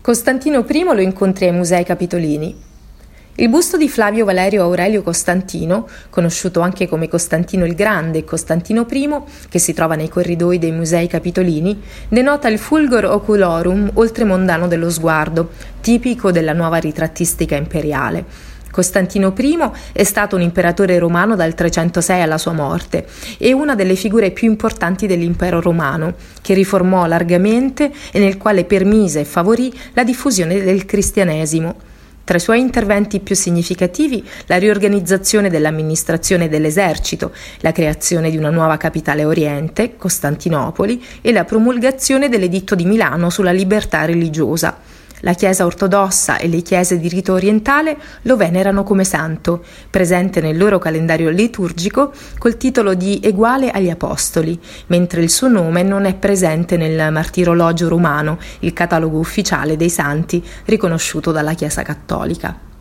Costantino I lo incontri ai Musei Capitolini. Il busto di Flavio Valerio Aurelio Costantino, conosciuto anche come Costantino il Grande e Costantino I, che si trova nei corridoi dei Musei Capitolini, denota il fulgor oculorum oltremondano dello sguardo, tipico della nuova ritrattistica imperiale. Costantino I è stato un imperatore romano dal 306 alla sua morte e una delle figure più importanti dell'impero romano, che riformò largamente e nel quale permise e favorì la diffusione del cristianesimo. Tra i suoi interventi più significativi la riorganizzazione dell'amministrazione dell'esercito, la creazione di una nuova capitale oriente, Costantinopoli, e la promulgazione dell'Editto di Milano sulla libertà religiosa. La Chiesa ortodossa e le chiese di rito orientale lo venerano come santo, presente nel loro calendario liturgico col titolo di Eguale agli Apostoli, mentre il suo nome non è presente nel Martirologio romano, il catalogo ufficiale dei santi riconosciuto dalla Chiesa cattolica.